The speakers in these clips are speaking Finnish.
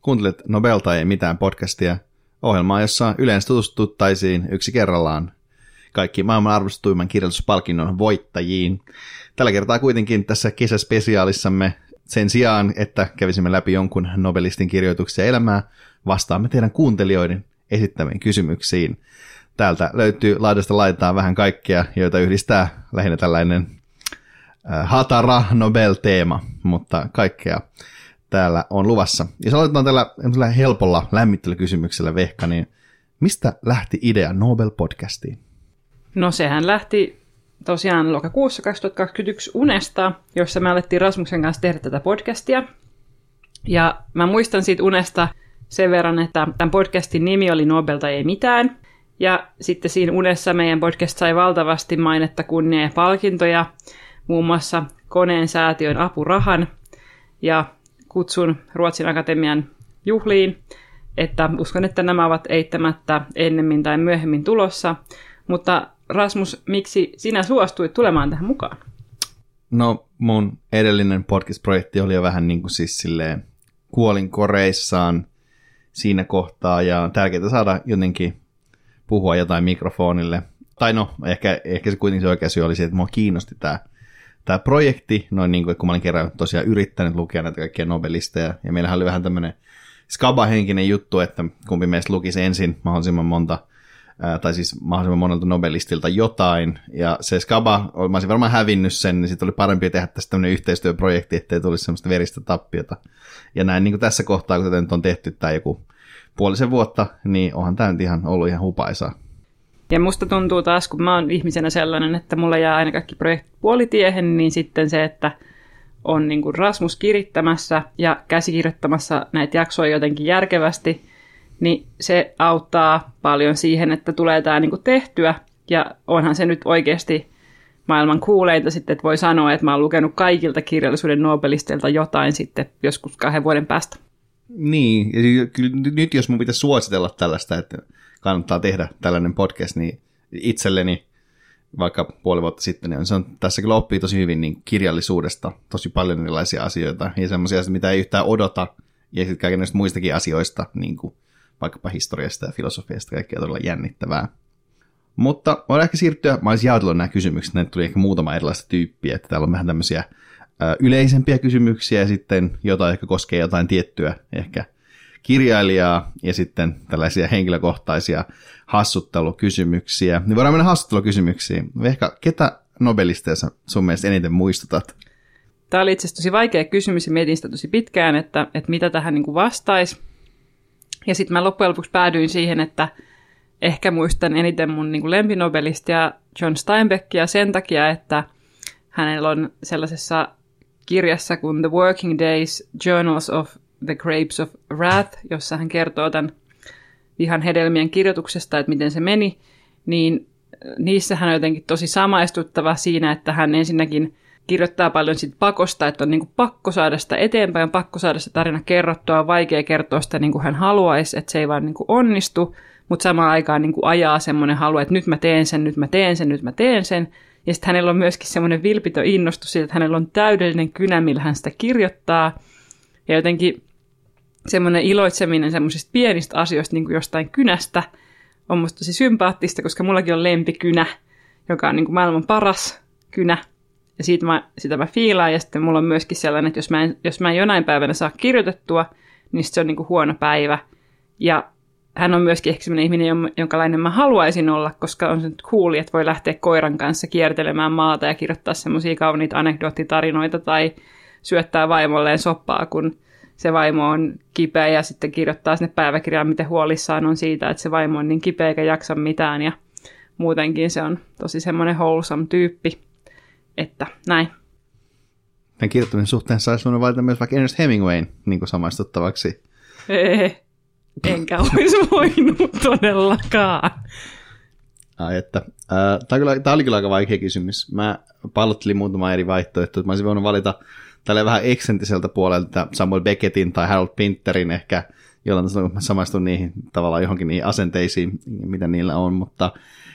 Kuuntelet Nobel tai ei mitään podcastia, ohjelmaa, jossa yleensä tutustuttaisiin yksi kerrallaan kaikki maailman arvostetuimman kirjallisuuspalkinnon voittajiin. Tällä kertaa kuitenkin tässä kesäspesiaalissamme sen sijaan, että kävisimme läpi jonkun nobelistin kirjoituksia elämää, vastaamme teidän kuuntelijoiden esittämiin kysymyksiin. Täältä löytyy laidasta laitaan vähän kaikkea, joita yhdistää lähinnä tällainen hatara Nobel-teema, mutta kaikkea täällä on luvassa. Jos aloitetaan tällä helpolla lämmittelykysymyksellä, Vehka, niin mistä lähti idea Nobel-podcastiin? No sehän lähti tosiaan lokakuussa 2021 unesta, jossa me alettiin Rasmuksen kanssa tehdä tätä podcastia. Ja mä muistan siitä unesta sen verran, että tämän podcastin nimi oli Nobel tai ei mitään. Ja sitten siinä unessa meidän podcast sai valtavasti mainetta, kunnia ja palkintoja, muun muassa Koneen säätiön apurahan ja kutsun Ruotsin Akatemian juhliin, että uskon, että nämä ovat eittämättä ennemmin tai myöhemmin tulossa. Mutta Rasmus, miksi sinä suostuit tulemaan tähän mukaan? No mun edellinen podcast-projekti oli jo vähän niin kuin siis silleen kuolinkoreissaan siinä kohtaa ja on tärkeää saada jotenkin puhua jotain mikrofonille. Tai no, ehkä se kuitenkin se oikea syy oli se, että mua kiinnosti tämä projekti, noin niin kuin, kun mä olin kerran tosiaan yrittänyt lukea näitä kaikkia nobelisteja, ja meillähän oli vähän tämmöinen skaba-henkinen juttu, että kumpi meistä lukisi ensin mahdollisimman monelta nobelistilta jotain, ja se skaba, mä olisin varmaan hävinnyt sen, niin sitten oli parempi tehdä tästä tämmöinen yhteistyöprojekti, ettei tulisi semmoista veristä tappiota. Ja näin niin kuin tässä kohtaa, kun tätä nyt on tehty tämä joku puolisen vuotta, niin onhan tämä nyt ollut ihan hupaisaa. Ja musta tuntuu taas, kun mä oon ihmisenä sellainen, että mulla jää aina kaikki projektit puolitiehen, niin sitten se, että on niin kuin Rasmus kirittämässä ja käsikirjoittamassa näitä jaksoja jotenkin järkevästi, niin se auttaa paljon siihen, että tulee tämä niin kuin tehtyä. Ja onhan se nyt oikeasti maailman kuuleinta sitten, että voi sanoa, että mä oon lukenut kaikilta kirjallisuuden nobelisteilta jotain sitten joskus 2 vuoden päästä. Niin, ja kyllä nyt jos mun pitäisi suositella tällaista, että kannattaa tehdä tällainen podcast, niin itselleni vaikka puoli vuotta sitten, niin tässä kyllä oppii tosi hyvin niin kirjallisuudesta tosi paljon erilaisia asioita, ja semmoisia asioita, mitä ei yhtään odota, ja sitten kaikenlaista muistakin asioista, niin kuin vaikkapa historiasta ja filosofiasta, kaikkea todella jännittävää. Mutta voidaan ehkä siirtyä, mä olisin jaotellut nämä kysymykset, näitä tuli ehkä muutama erilaista tyyppiä, että täällä on vähän tämmöisiä yleisempiä kysymyksiä, ja sitten jotain ehkä koskee jotain tiettyä ehkä kirjailijaa, ja sitten tällaisia henkilökohtaisia hassuttelukysymyksiä. Niin voidaan mennä hassuttelukysymyksiin. Ehkä ketä nobelisteja sun mielestä eniten muistutat? Tämä oli itse asiassa tosi vaikea kysymys, ja mietin sitä tosi pitkään, että mitä tähän niin kuin vastaisi. Ja sitten mä loppujen lopuksi päädyin siihen, että ehkä muistan eniten mun niin kuin lempinobelistia John Steinbeckia sen takia, että hänellä on sellaisessa kirjassa kuin The Working Days Journals of the Grapes of Wrath, jossa hän kertoo tämän vihan hedelmien kirjoituksesta, että miten se meni, niin niissä hän on jotenkin tosi samaistuttava siinä, että hän ensinnäkin kirjoittaa paljon siitä pakosta, että on niin kuin pakko saada sitä eteenpäin, on pakko saada se tarina kerrottua, on vaikea kertoa sitä niin kuin hän haluaisi, että se ei vaan niin kuin onnistu, mutta samaan aikaan niin kuin ajaa semmoinen halu, että nyt mä teen sen, nyt mä teen sen, nyt mä teen sen. Ja sitten hänellä on myöskin semmoinen vilpitön innostus siitä, että hänellä on täydellinen kynä, millä hän sitä kirjoittaa. Ja jotenkin semmoinen iloitseminen semmoisista pienistä asioista, niin kuin jostain kynästä, on musta tosi sympaattista, koska mullakin on lempikynä, joka on niin kuin maailman paras kynä. Ja sitä mä fiilaan, ja sitten mulla on myöskin sellainen, että jos mä en jonain päivänä saa kirjoitettua, niin se on niin kuin huono päivä. Ja hän on myöskin ehkä sellainen ihminen, jonkalainen mä haluaisin olla, koska on se nyt cool, että voi lähteä koiran kanssa kiertelemään maata ja kirjoittaa semmoisia kauniita anekdoottitarinoita tai syöttää vaimolleen soppaa, kun se vaimo on kipeä ja sitten kirjoittaa sinne päiväkirjaan, miten huolissaan on siitä, että se vaimo on niin kipeä eikä jaksa mitään ja muutenkin se on tosi semmoinen wholesome tyyppi, että näin. Tämän kirjoittamisen suhteen saisi valita myös vaikka Ernest Hemingwayn niin kuin samaistuttavaksi. Enkä olisi voinut todellakaan. Tämä oli kyllä aika vaikea kysymys. Mä pallottelin muutama eri vaihtoehto, että mä olisin voinut valita tällä vähän eksenttiseltä puolelta Samuel Beckettin tai Harold Pinterin ehkä, jollain tasolla mä samaistun niihin tavallaan johonkin niihin asenteisiin, mitä niillä on, mutta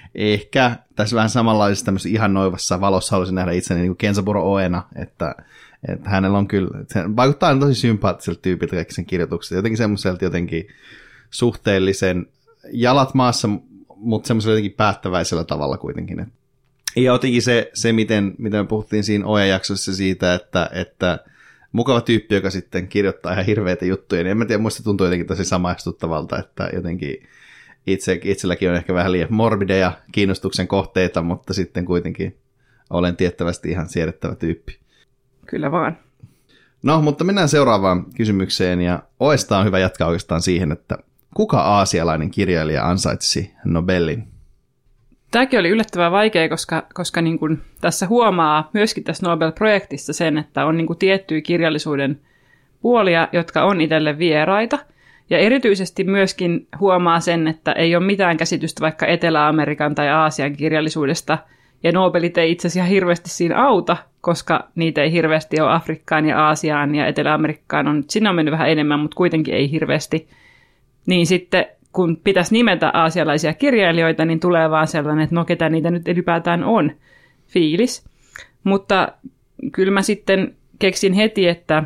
ehkä tässä vähän samanlaisessa tämmöisessä ihannoivassa valossa haluaisin nähdä itseni niin kuin Kenzaburo Oena, että Että hänellä on kyllä, se vaikuttaa tosi sympaattiselta tyypiltä kaikki sen kirjoitukset, jotenkin semmoiselta jotenkin suhteellisen jalat maassa, mutta semmoisella jotenkin päättäväisellä tavalla kuitenkin. Ja jotenkin se miten me puhuttiin siinä Oja-jaksossa siitä, että mukava tyyppi, joka sitten kirjoittaa ihan hirveitä juttuja, niin en mä tiedä, muista tuntuu jotenkin tosi samaistuttavalta, että jotenkin itselläkin on ehkä vähän liian morbideja kiinnostuksen kohteita, mutta sitten kuitenkin olen tiettävästi ihan siedettävä tyyppi. Kyllä vaan. No, mutta mennään seuraavaan kysymykseen, ja Oesta on hyvä jatkaa oikeastaan siihen, että kuka aasialainen kirjailija ansaitsisi Nobelin? Tämäkin oli yllättävän vaikea, koska niin kuin tässä huomaa myöskin tässä Nobel-projektissa sen, että on niin kuin tiettyjä kirjallisuuden puolia, jotka on itselle vieraita. Ja erityisesti myöskin huomaa sen, että ei ole mitään käsitystä vaikka Etelä-Amerikan tai Aasian kirjallisuudesta. Ja Nobelit ei itse asiassa ihan hirveästi siinä auta, koska niitä ei hirveästi ole Afrikkaan ja Aasiaan ja Etelä-Amerikkaan. Sinne on mennyt vähän enemmän, mutta kuitenkin ei hirveästi. Niin sitten kun pitäisi nimetä aasialaisia kirjailijoita, niin tulee vaan sellainen, että no ketä niitä nyt ylipäätään on fiilis. Mutta kyllä mä sitten keksin heti, että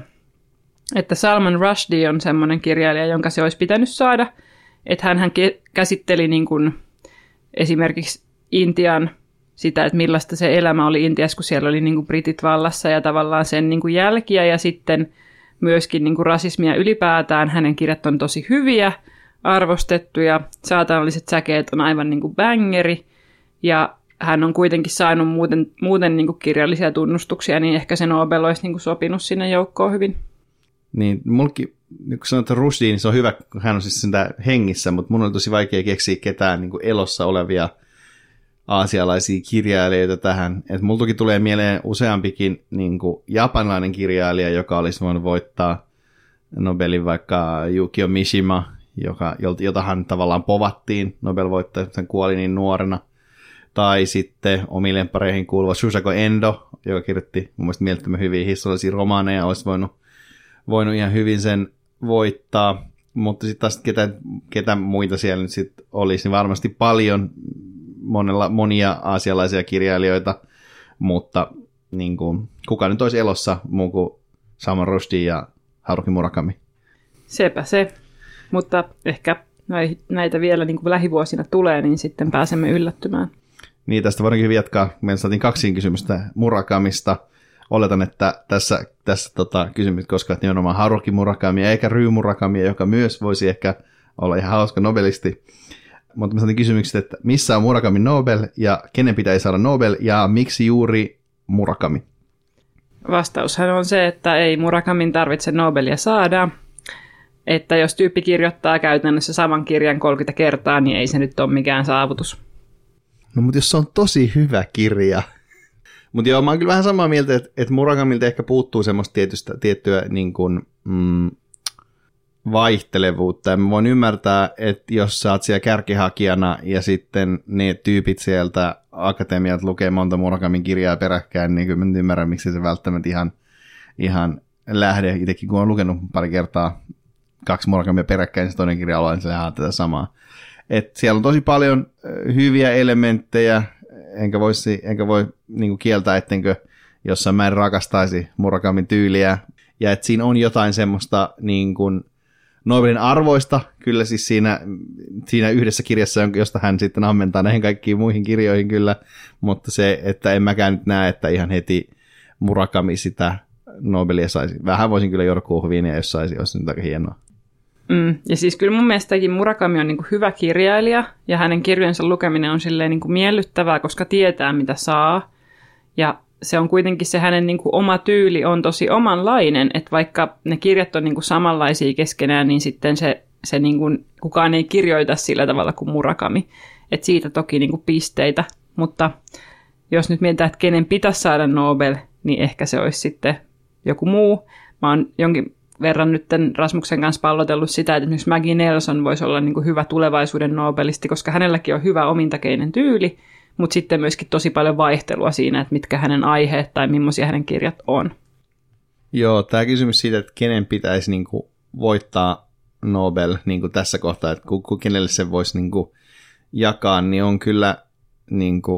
Salman Rushdie on semmoinen kirjailija, jonka se olisi pitänyt saada. Että hän käsitteli niin kuin esimerkiksi Intian sitä, että millaista se elämä oli Intiassa, kun siellä oli niin kuin britit vallassa ja tavallaan sen niin kuin jälkiä ja sitten myöskin niin kuin rasismia ylipäätään. Hänen kirjat on tosi hyviä, arvostettuja, saatanalliset säkeet on aivan niin kuin bängeri ja hän on kuitenkin saanut muuten niin kuin kirjallisia tunnustuksia, niin ehkä se Nobel olisi niin kuin sopinut sinne joukkoon hyvin. Niin, mullekin, kun sanotaan Rushdie, niin se on hyvä, kun hän on siis sitä hengissä, mutta mun oli tosi vaikea keksiä ketään niin kuin elossa olevia aasialaisia kirjailijoita tähän. Et mulla toki tulee mieleen useampikin niin kuin japanilainen kirjailija, joka olisi voinut voittaa Nobelin, vaikka Yukio Mishima, jota hän tavallaan povattiin Nobel-voittaja, sen kuoli niin nuorena. Tai sitten omiin lemppareihin kuuluva Shusako Endo, joka kirjoitti mun mielestä mielettömän hyviä historiallisia romaaneja, olisi voinut ihan hyvin sen voittaa. Mutta sitten taas ketä muita siellä nyt sitten olisi, niin varmasti paljon monia aasialaisia kirjailijoita, mutta niin kuin, kuka nyt olisi elossa muu kuin Salman Rushdie ja Haruki Murakami. Sepä se, mutta ehkä näitä vielä niin kuin lähivuosina tulee, niin sitten pääsemme yllättymään. Niin, tästä voidaankin hyvin jatkaa. Meillä saatiin 2 kysymystä Murakamista. Oletan, että tässä kysymys koskevat nimenomaan Haruki Murakamia eikä Ryu Murakamia, joka myös voisi ehkä olla ihan hauska nobelisti. Mutta me saatiin kysymykset, että missä on Murakamin Nobel ja kenen pitäisi saada Nobel ja miksi juuri Murakami? Vastaushan on se, että ei Murakamin tarvitse Nobelia saada. Että jos tyyppi kirjoittaa käytännössä saman kirjan 30 kertaa, niin ei se nyt ole mikään saavutus. No mutta jos se on tosi hyvä kirja. Mutta joo, mä oon kyllä vähän samaa mieltä, että Murakamilta ehkä puuttuu semmoista tiettyä niin kuin, vaihtelevuutta. Ja mä voin ymmärtää, että jos sä oot siellä kärkihakijana ja sitten ne tyypit sieltä akatemiat lukee monta Murakamin kirjaa peräkkäin, niin kyllä mä nyt ymmärrän, miksi se välttämättä ihan lähde. Itsekin kun on lukenut pari kertaa 2 Murakamia peräkkäin, niin toinen kirja on tätä samaa. Et siellä on tosi paljon hyviä elementtejä, enkä voi niin kieltää, ettenkö jossain määrin rakastaisi Murakamin tyyliä. Ja että siinä on jotain semmoista niin kuin Nobelin arvoista, kyllä siis siinä yhdessä kirjassa, josta hän sitten ammentaa näihin kaikkiin muihin kirjoihin kyllä, mutta se, että en mäkään nyt näe, että ihan heti Murakami sitä Nobelia saisi. Vähän voisin kyllä Jorgo Kuhvinia, jos saisi, olisi nyt aika hienoa. Ja siis kyllä mun mielestäkin Murakami on niin kuin hyvä kirjailija, ja hänen kirjojensa lukeminen on silleen niin kuin miellyttävää, koska tietää, mitä saa. Ja se on kuitenkin se hänen niin kuin oma tyyli on tosi omanlainen, että vaikka ne kirjat on niin kuin samanlaisia keskenään, niin sitten se niin kuin, kukaan ei kirjoita sillä tavalla kuin Murakami. Että siitä toki niin kuin pisteitä, mutta jos nyt mietitään, että kenen pitäisi saada Nobel, niin ehkä se olisi sitten joku muu. Mä oon jonkin verran nyt Rasmuksen kanssa pallotellut sitä, että esimerkiksi Maggie Nelson voisi olla niin kuin hyvä tulevaisuuden nobelisti, koska hänelläkin on hyvä omintakeinen tyyli, mutta sitten myöskin tosi paljon vaihtelua siinä, että mitkä hänen aiheet tai millaisia hänen kirjat on. Joo, tämä kysymys siitä, että kenen pitäisi niin kuin voittaa Nobel niin kuin tässä kohtaa, että kenelle se voisi niin kuin jakaa, niin on kyllä niin kuin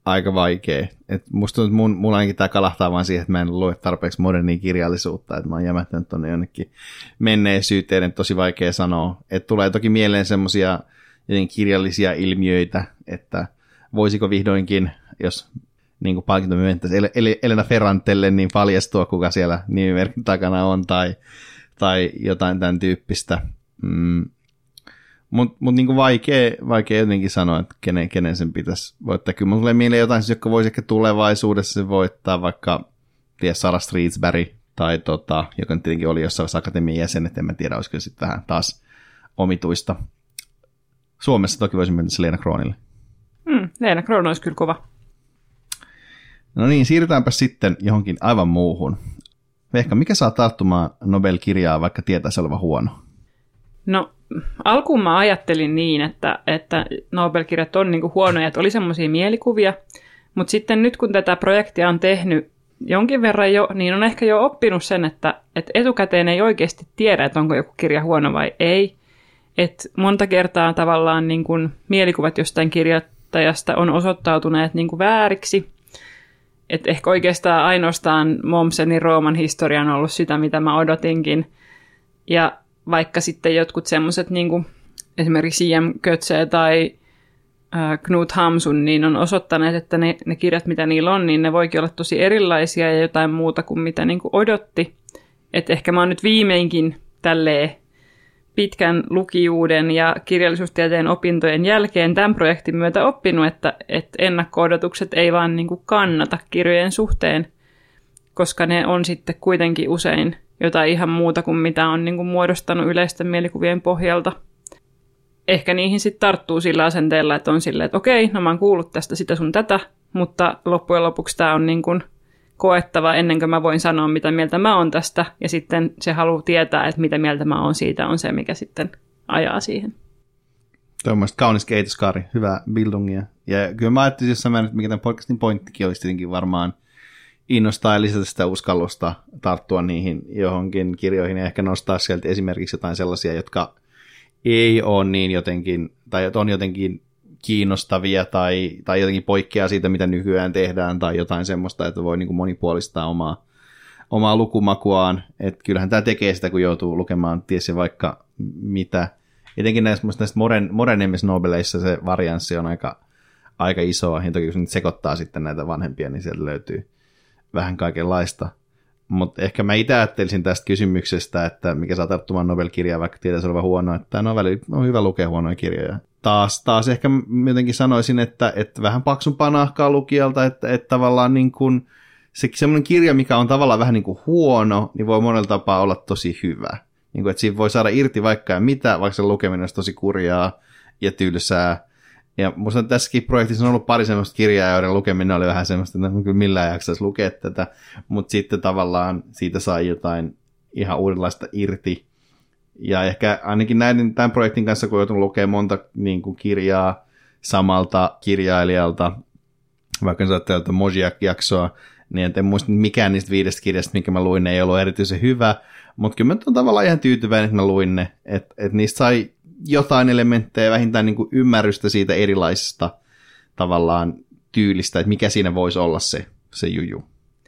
aika vaikea. Et musta tuntuu, että mulla ainakin tämä kalahtaa vaan siihen, että mä en lue tarpeeksi modernia kirjallisuutta, että mä oon jämähtänyt tuonne jonnekin menneisyyteen, tosi vaikea sanoa. Että tulee toki mieleen semmoisia kirjallisia ilmiöitä, että voisiko vihdoinkin, jos niin palkinto myöntäisi Elena Ferrantelle, niin paljastua, kuka siellä nimimerkin takana on, tai jotain tämän tyyppistä. Mutta niin vaikea jotenkin sanoa, että kenen sen pitäisi voittaa. Kyllä mulle tulee mieleen jotain, joka voisi ehkä tulevaisuudessa se voittaa, vaikka Sarah Streetsberry, tai joka tietenkin oli jossain akatemian jäsen, että en mä tiedä, olisiko sitten vähän taas omituista. Suomessa toki voisi mennä se Leena Kroonille. Leena Kroon olisi kyllä kova. No niin, siirrytäänpä sitten johonkin aivan muuhun. Vehka, mikä saa tarttumaan Nobel-kirjaa, vaikka tietäisi olevan huono? No, alkuun mä ajattelin niin, että Nobel-kirjat on niinku huonoja, että oli semmoisia mielikuvia, mutta sitten nyt kun tätä projektia on tehnyt jonkin verran jo, niin on ehkä jo oppinut sen, että etukäteen ei oikeasti tiedä, että onko joku kirja huono vai ei. Et monta kertaa tavallaan niin kun mielikuvat jostain kirjoittajasta on osoittautuneet niin kun vääriksi. Et ehkä oikeastaan ainoastaan Mommsenin Rooman historia on ollut sitä, mitä mä odotinkin. Ja vaikka sitten jotkut semmoiset niin kuin esimerkiksi J.M. Coetzee tai Knut Hamsun, niin on osoittaneet, että ne kirjat, mitä niillä on, niin ne voikin olla tosi erilaisia ja jotain muuta kuin mitä niin kuin odotti. Että ehkä mä oon nyt viimeinkin tälleen pitkän lukijuuden ja kirjallisuustieteen opintojen jälkeen tämän projektin myötä oppinut, että ennakko-odotukset ei vaan niin kuin kannata kirjojen suhteen, koska ne on sitten kuitenkin usein jotain ihan muuta kuin mitä on niin kuin muodostanut yleisten mielikuvien pohjalta. Ehkä niihin sitten tarttuu sillä asenteella, että on silleen, että okei, no mä oon kuullut tästä sitä sun tätä, mutta loppujen lopuksi tämä on niin kuin koettava ennen kuin mä voin sanoa, mitä mieltä mä oon tästä, ja sitten se haluaa tietää, että mitä mieltä mä oon siitä, on se, mikä sitten ajaa siihen. Tuommoista kaunis kehityskaari, hyvää bildungia. Ja kyllä mä ajattelin jossain nyt, mikä tämän podcastin pointtikin olisi tietenkin varmaan innostaa ja lisätä sitä uskallusta tarttua niihin johonkin kirjoihin ja ehkä nostaa sieltä esimerkiksi jotain sellaisia, jotka ei ole niin jotenkin, tai on jotenkin kiinnostavia tai jotenkin poikkeaa siitä, mitä nykyään tehdään tai jotain semmoista, että voi niin kuin monipuolistaa omaa lukumakuaan. Että kyllähän tämä tekee sitä, kun joutuu lukemaan tiesi vaikka mitä. Etenkin näistä modernemmissa Nobeleissa se varianssi on aika isoa, ja toki jos nyt sekoittaa sitten näitä vanhempia, niin sieltä löytyy vähän kaikenlaista. Mutta ehkä mä itse ajattelisin tästä kysymyksestä, että mikä saa tarttumaan Nobel-kirjaa, vaikka tietäisi olevan huono, että on hyvä lukea huonoja kirjoja. Taas ehkä jotenkin sanoisin, että vähän paksumpaa nahkaa lukijalta, että tavallaan niin kuin se semmoinen kirja, mikä on tavallaan vähän niin kuin huono, niin voi monella tapaa olla tosi hyvä. Niin kuin, että siinä voi saada irti vaikka ja mitä, vaikka se lukeminen olisi tosi kurjaa ja tylsää. Ja musta tässäkin projektissa on ollut pari semmoista kirjaa, joiden lukeminen oli vähän semmoista, että kyllä millään jaksaisi lukea tätä, mutta sitten tavallaan siitä sai jotain ihan uudenlaista irti. Ja ehkä ainakin tämän projektin kanssa, kun on joutunut lukemaan monta niin kuin kirjaa samalta kirjailijalta, vaikka sä ajattelet Mojak-jaksoa, niin en muista mikään niistä 5 kirjasta, minkä mä luin, ne ei ollut erityisen hyvä, mutta kyllä mä olen tavallaan ihan tyytyväinen, että mä luin ne, että niistä sai jotain elementtejä, vähintään niin kuin ymmärrystä siitä erilaisesta tavallaan tyylistä, että mikä siinä voisi olla se juju.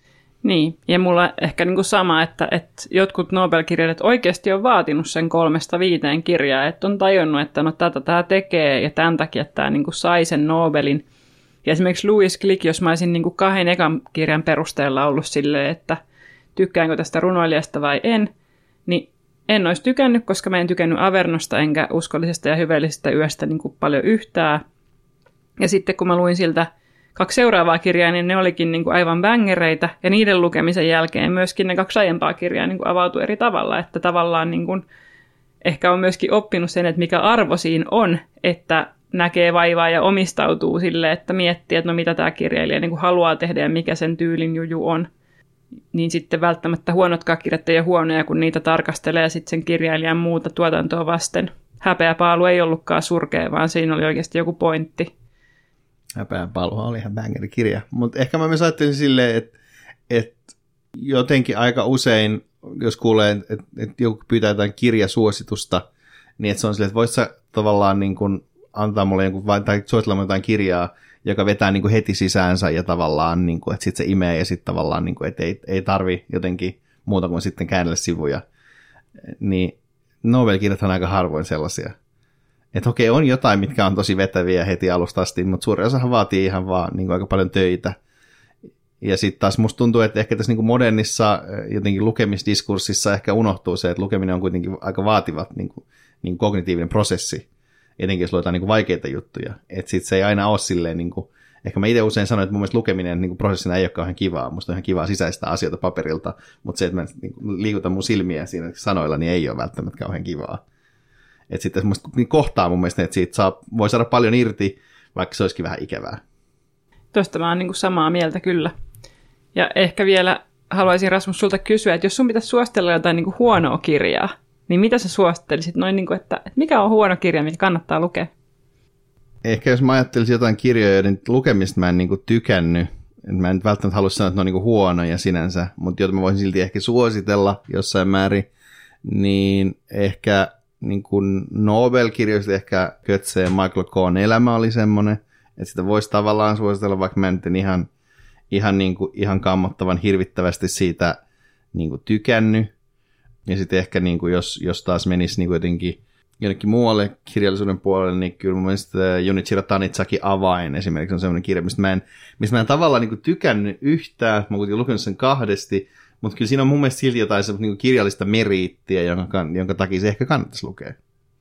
Niin, ja mulla ehkä niin kuin sama, että jotkut Nobel-kirjailijat oikeasti on vaatinut sen 3-5 kirjaa, että on tajunnut, että no tätä tämä tekee, ja tämän takia tämä niin kuin sai sen Nobelin. Ja esimerkiksi Louis Glück, jos mä olisin niin kuin 2 ekan kirjan perusteella ollut silleen, että tykkäänkö tästä runoilijasta vai en, niin en olisi tykännyt, koska mä en tykännyt Avernosta enkä uskollisesta ja hyvällisestä yöstä niin kuin paljon yhtään. Ja sitten kun mä luin siltä 2 seuraavaa kirjaa, niin ne olikin niin kuin aivan bängereitä. Ja niiden lukemisen jälkeen myöskin ne 2 aiempaa kirjaa niin kuin avautui eri tavalla. Että tavallaan niin kuin ehkä on myöskin oppinut sen, että mikä arvo siinä on, että näkee vaivaa ja omistautuu sille, että miettii, että no mitä tämä kirjailija niin kuin haluaa tehdä ja mikä sen tyylin juju on. Niin sitten välttämättä huonotkaan kirjat ei ole huonoja, kun niitä tarkastelee sitten sen kirjailijan muuta tuotantoa vasten. Häpeäpaalu ei ollutkaan surkea, vaan siinä oli oikeasti joku pointti. Häpeäpaaluhan oli ihan bangeri-kirja. Mutta ehkä mä myös ajattelin silleen, että jotenkin aika usein, jos kuulee, että joku pyytää jotain kirjasuositusta, niin että se on silleen, että voit sä tavallaan niin kuin antaa mulle jonkun, tai suositella jotain kirjaa, joka vetää niin kuin heti sisäänsä ja tavallaan, niin kuin, että sitten se imee ja sitten tavallaan, niin kuin, että ei tarvi jotenkin muuta kuin sitten käännellä sivuja. Niin Nobel-kirjat on aika harvoin sellaisia. Että okei, on jotain, mitkä on tosi vetäviä heti alusta asti, mutta suurin osahan vaatii ihan vaan niin kuin aika paljon töitä. Ja sitten taas musta tuntuu, että ehkä tässä niin kuin modernissa jotenkin lukemisdiskurssissa ehkä unohtuu se, että lukeminen on kuitenkin aika vaativa niin kognitiivinen prosessi, etenkin jos luetaan niin kuin vaikeita juttuja. Että sitten se ei aina ole silleen, niin kuin, ehkä mä itse usein sanon, että mun mielestä lukeminen niin kuin prosessina ei ole kauhean kivaa. Musta on ihan kivaa sisäistää asioita paperilta, mutta se, että mä niin liikutan mun silmiä siinä sanoilla, niin ei ole välttämättä kauhean kivaa. Että sitten niin kohtaa mun mielestä, että siitä voi saada paljon irti, vaikka se olisikin vähän ikävää. Tuosta mä oon niin kuin samaa mieltä kyllä. Ja ehkä vielä haluaisin Rasmus sulta kysyä, että jos sun pitäisi suositella jotain niin kuin huonoa kirjaa, niin mitä sä suosittelisit noin, niin kuin, että mikä on huono kirja, mikä kannattaa lukea? Ehkä jos mä ajattelisin jotain kirjoja, joiden lukemista mä en niin kuin tykännyt, että mä en välttämättä halua sanoa, että ne on niin kuin huonoja sinänsä, mutta joita mä voisin silti ehkä suositella jossain määrin, niin ehkä niin kuin Nobel-kirjoista ehkä Goethe ja Michael Cohen elämä oli semmoinen, että sitä voisi tavallaan suositella, vaikka mä en ihan kammottavan hirvittävästi siitä niin kuin tykännyt. Ja sitten ehkä niin kuin jos taas menisi niin kuin jotenkin jonnekin muualle kirjallisuuden puolelle, niin kyllä mun mielestä Junichiro Tanitsakin Avain esimerkiksi on semmoinen kirja, mistä mä en tavallaan niin kuin tykännyt yhtään. Mä oon lukenut sen kahdesti, mutta kyllä siinä on mun mielestä silti jotain semmoista niin kuin kirjallista meriittiä, jonka takia se ehkä kannattaisi lukea.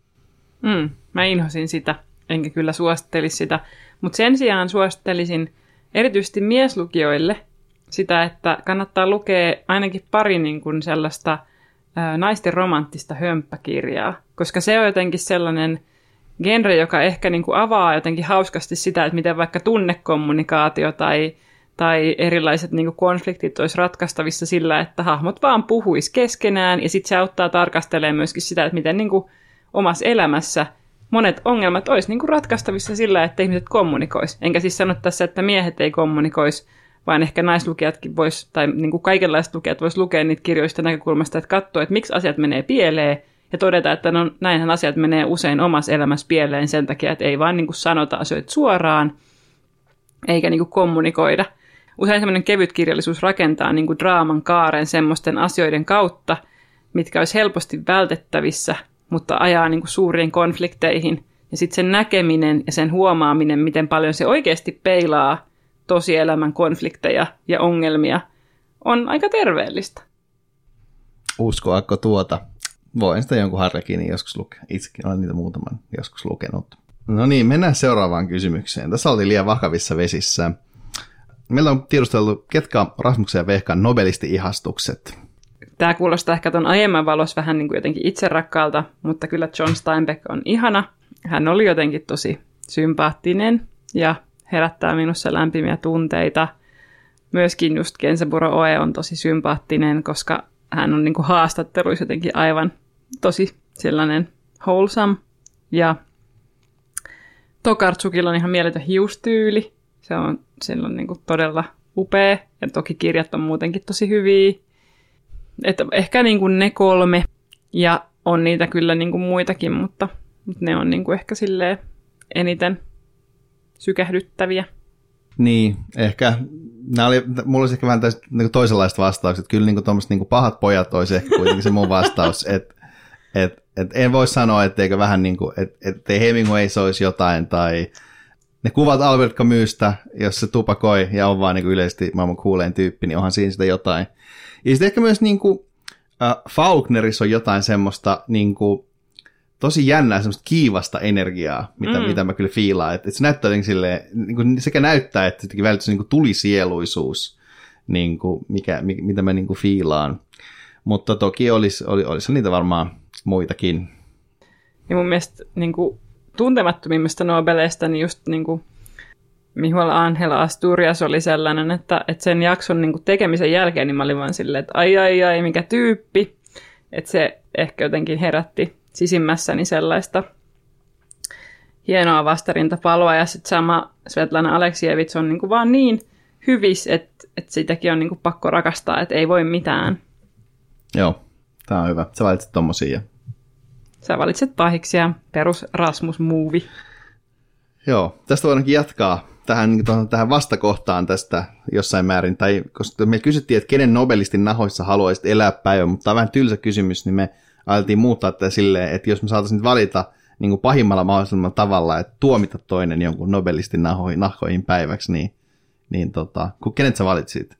Mä inhosin sitä, enkä kyllä suosittelisi sitä. Mutta sen sijaan suosittelisin erityisesti mieslukijoille sitä, että kannattaa lukea ainakin pari niin kuin sellaista naisten romanttista hömppäkirjaa, koska se on jotenkin sellainen genre, joka ehkä niin kuin avaa jotenkin hauskasti sitä, että miten vaikka tunnekommunikaatio tai erilaiset niin kuin konfliktit olisi ratkaistavissa sillä, että hahmot vaan puhuisi keskenään, ja sitten se auttaa tarkastelemaan myöskin sitä, että miten niin kuin omassa elämässä monet ongelmat olisi niin kuin ratkaistavissa sillä, että ihmiset kommunikoisi. Enkä siis sano tässä, että miehet ei kommunikoisi, vaan ehkä naislukijatkin vois, tai niin kuin kaikenlaiset lukijat vois lukea niitä kirjoista näkökulmasta, että katsoo, että miksi asiat menee pieleen, ja todeta, että no, näinhän asiat menee usein omassa elämässä pieleen sen takia, että ei vaan niin kuin sanota asioita suoraan, eikä niin kuin kommunikoida. Usein semmoinen kevyt kirjallisuus rakentaa niin kuin draaman kaaren semmoisten asioiden kautta, mitkä olisi helposti vältettävissä, mutta ajaa niin kuin suuriin konflikteihin. Ja sitten sen näkeminen ja sen huomaaminen, miten paljon se oikeasti peilaa tosielämän konflikteja ja ongelmia, on aika terveellistä. Uskoako tuota? Voin sitä jonkun Harlekiinin joskus lukea. Itsekin olen niitä muutaman joskus lukenut. No niin, mennään seuraavaan kysymykseen. Tässä oltiin liian vakavissa vesissä. Meillä on tiedusteltu, ketkä on Rasmuksen ja Vehkan nobelisti-ihastukset. Tämä kuulostaa ehkä tuon aiemman valossa vähän niin kuin jotenkin itserakkaalta, mutta kyllä John Steinbeck on ihana. Hän oli jotenkin tosi sympaattinen ja herättää minussa lämpimiä tunteita. Myöskin just Genzaburo Oe on tosi sympaattinen, koska hän on niin kuin haastatteluissa jotenkin aivan tosi sellainen wholesome. Ja Tokarczukilla on ihan mieletön hiustyyli. Se on niin kuin todella upea ja toki kirjat on muutenkin tosi hyviä. Että ehkä niin kuin ne 3 ja on niitä kyllä niin kuin muitakin, mutta ne on niin kuin ehkä silleen eniten sykähdyttäviä. Niin, ehkä mulla olisi ehkä vähän niin toisenlaista vastaukset. Kyllä niin tuommoiset niin pahat pojat olisi ehkä kuitenkin se mun vastaus. Et en voi sanoa, etteikö vähän niin kuin, ettei Hemingway olisi jotain, tai ne kuvat Albert Camusta, jos se tupakoi ja on vaan niin kuin yleisesti maailman kuulein tyyppi, niin onhan siinä sitä jotain. Ja sitten ehkä myös niin kuin, Faulknerissa on jotain semmoista niin kuin, tosi jännää, semmoista kiivasta energiaa, mitä mä kyllä fiilaan. Että se näyttää jotenkin silleen, niin kuin, sekä näyttää, että jotenkin välittyy niin tulisieluisuus, niin kuin, mitä mä niin kuin fiilaan. Mutta toki olisi niitä varmaan muitakin. Ja mun mielestä niin kuin tuntemattomimmista Nobeleista, niin just niin kuin Miguel Ángel Asturias oli sellainen, että sen jakson niin kuin tekemisen jälkeen niin mä olin vaan silleen, että ai, mikä tyyppi. Että se ehkä jotenkin herätti sisimmässäni sellaista hienoa vastarintapaloa. Ja sitten sama Svetlana Aleksijevits on niin kuin vaan niin hyvis, että sitäkin on niin kuin pakko rakastaa, että ei voi mitään. Joo, tää on hyvä. Sä valitset tommosia. Sä valitset pahiksi ja perus Rasmus-movie. Joo, tästä voidaankin jatkaa tähän vastakohtaan tästä jossain määrin, tai koska me kysyttiin, että kenen nobelistin nahoissa haluaisit elää päivän, mutta tämä on vähän tylsä kysymys, niin me alettiin muuttaa tätä silleen, että jos me saataisiin valita niin kuin pahimmalla mahdollisella tavalla, että tuomita toinen jonkun nobelistin nahkoihin päiväksi, niin kenet sä valitsit?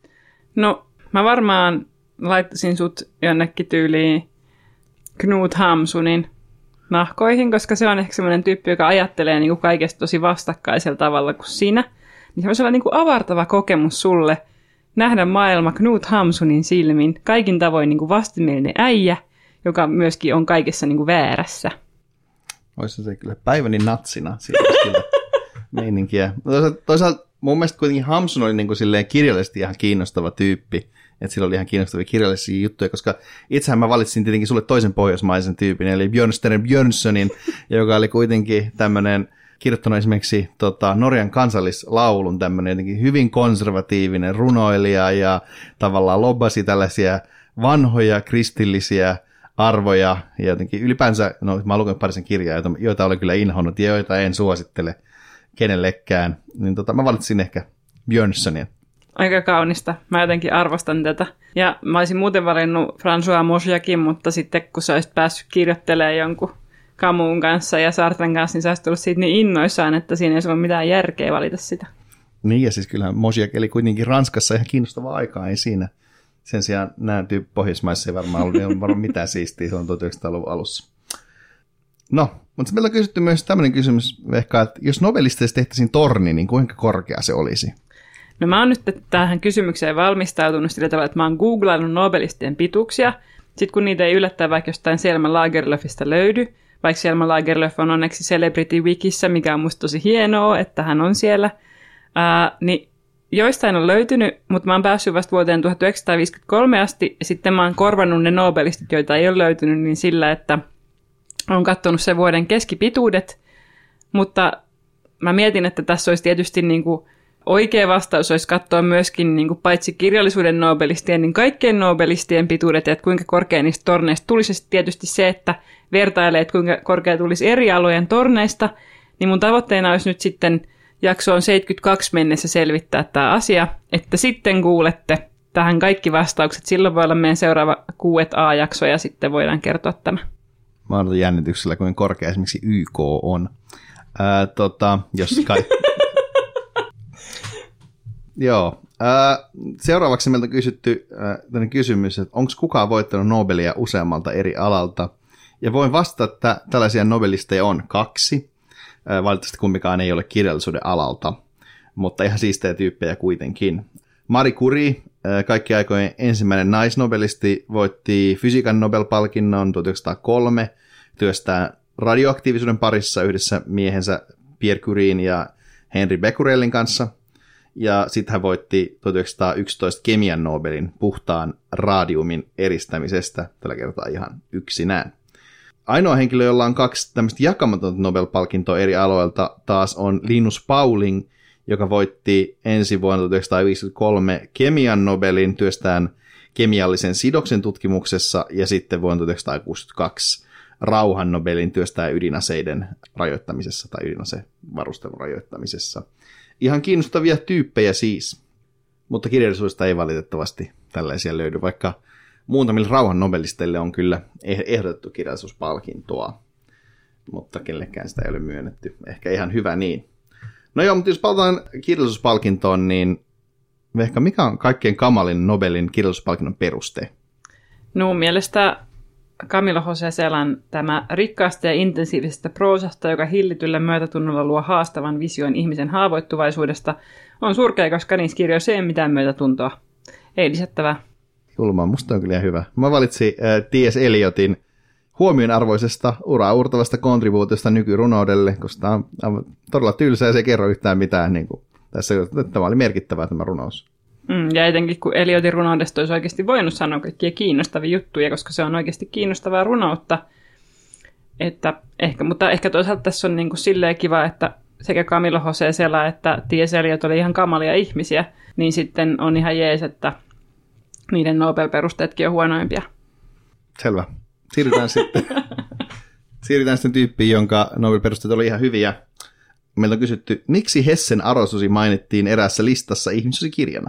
No, mä varmaan laittaisin sut jonnekin tyyliin Knut Hamsunin nahkoihin, koska se on ehkä semmoinen tyyppi, joka ajattelee niin kuin kaikesta tosi vastakkaisella tavalla kuin sinä. Niin se voisi olla niin kuin avartava kokemus sulle nähdä maailma Knut Hamsunin silmin, kaikin tavoin niin kuin vastenmielinen äijä, joka myöskin on kaikessa niin kuin väärässä. Olisi se kyllä päiväni natsina siinä meininkiä. Toisaalta mun mielestä kuitenkin Hamsun oli niin kuin silleen kirjallisesti ihan kiinnostava tyyppi. Että sillä oli ihan kiinnostavia kirjallisia juttuja, koska itsehän mä valitsin tietenkin sulle toisen pohjoismaisen tyypin, eli Björnstjerne Björnssonin, joka oli kuitenkin tämmöinen, kirjoittanut esimerkiksi Norjan kansallislaulun, tämmöinen jotenkin hyvin konservatiivinen runoilija ja tavallaan lobbasi tällaisia vanhoja kristillisiä arvoja ja jotenkin ylipäänsä, no mä luken parisen kirjaa, joita olen kyllä inhonnut ja joita en suosittele kenellekään, niin mä valitsin ehkä Björnssonin. Aika kaunista. Mä jotenkin arvostan tätä. Ja mä olisin muuten valinnut François Mosjakin, mutta sitten kun sä olisit päässyt kirjoittelemaan jonkun Camusin kanssa ja Sartren kanssa, niin sä olisit tullut siitä niin innoissaan, että siinä ei ole mitään järkeä valita sitä. Niin, ja siis kyllähän Mosjak eli kuitenkin Ranskassa ihan kiinnostavaa aikaa, ei siinä. Sen sijaan nämä Pohjoismaissa ei varmaan ollut mitään siistiä, se on 1900-luvun alussa. No, mutta meillä on kysytty myös tämmöinen kysymys, ehkä, että jos nobelisteista tehtäisiin torni, niin kuinka korkea se olisi? No mä oon nyt tähän kysymykseen valmistautunut sillä tavalla, että mä oon googlannut nobelistien pituuksia. Sitten kun niitä ei yllättää vaikka jostain Selma Lagerlöfistä löydy, vaikka Selma Lagerlöf on onneksi Celebrity Wikissä, mikä on musta tosi hienoa, että hän on siellä, niin joistain on löytynyt, mutta mä oon päässyt vasta vuoteen 1953 asti, ja sitten mä oon korvannut ne nobelistit, joita ei ole löytynyt, niin sillä, että oon katsonut sen vuoden keskipituudet, mutta mä mietin, että tässä olisi tietysti niinku oikea vastaus olisi katsoa myöskin niin kuin paitsi kirjallisuuden nobelistien, niin kaikkien nobelistien pituudet, että kuinka korkea niistä torneista tulisi. Tietysti se, että vertailee, että kuinka korkea tulisi eri alojen torneista, niin mun tavoitteena olisi nyt sitten jaksoon 72 mennessä selvittää tämä asia, että sitten kuulette tähän kaikki vastaukset. Silloin voi olla meidän seuraava Q&A-jakso ja sitten voidaan kertoa tämä. Mä oon jännityksellä, kuinka korkea esimerkiksi YK on. Jos Joo. Seuraavaksi meiltä on kysytty kysymys, että onko kukaan voittanut Nobelia useammalta eri alalta? Ja voin vastata, että tällaisia nobelisteja on 2. Valitettavasti kumpikaan ei ole kirjallisuuden alalta, mutta ihan siistejä tyyppejä kuitenkin. Marie Curie, kaikki aikojen ensimmäinen naisnobelisti, voitti fysiikan Nobel-palkinnon 1903 työstään radioaktiivisuuden parissa yhdessä miehensä Pierre Curien ja Henri Becquerelin kanssa. Ja sitten hän voitti 1911 kemian Nobelin puhtaan radiumin eristämisestä, tällä kertaa ihan yksinään. Ainoa henkilö, jolla on 2 tämmöistä jakamatonta Nobel-palkintoa eri aloilta, taas on Linus Pauling, joka voitti ensi vuonna 1953 kemian Nobelin työstään kemiallisen sidoksen tutkimuksessa ja sitten vuonna 1962 rauhan Nobelin työstään ydinaseiden rajoittamisessa tai ydinasevarustelun rajoittamisessa. Ihan kiinnostavia tyyppejä siis, mutta kirjallisuudesta ei valitettavasti tällaisia löydy, vaikka muutamille rauhan nobelisteille on kyllä ehdotettu kirjallisuuspalkintoa, mutta kellekään sitä ei ole myönnetty. Ehkä ihan hyvä niin. No joo, mutta jos palataan kirjallisuuspalkintoon, niin ehkä mikä on kaikkein kamalin Nobelin kirjallisuuspalkinnon peruste? No mun mielestä Camilo José Celan tämä rikkaasta ja intensiivisestä proosasta, joka hillityllä myötätunnolla luo haastavan vision ihmisen haavoittuvaisuudesta, on surkea, koska niissä kirjoissa ei ole mitään myötätuntoa. Ei lisättävää. Julma, musta on kyllä hyvä. Mä valitsin T.S. Eliotin huomionarvoisesta ura-uurtavasta kontribuutiosta nykyrunoudelle, koska tämä on todella tylsä ja se ei kerro yhtään mitään. Niin kuin tässä tämä oli merkittävää tämä runous. Ja etenkin kun Eliotin runoudesta olisi oikeasti voinut sanoa kaikkia kiinnostavia juttuja, koska se on oikeasti kiinnostavaa runoutta. Mutta ehkä toisaalta tässä on niin kuin silleen kiva, että sekä Camilo José Cela että T.S. Eliot oli ihan kamalia ihmisiä, niin sitten on ihan jees, että niiden Nobel-perusteetkin on huonoimpia. Selvä. Siirrytään sitten tyyppiin, jonka Nobel-perusteet oli ihan hyviä. meiltä on kysytty, miksi Hessen arosusi mainittiin eräässä listassa ihmissusikirjana?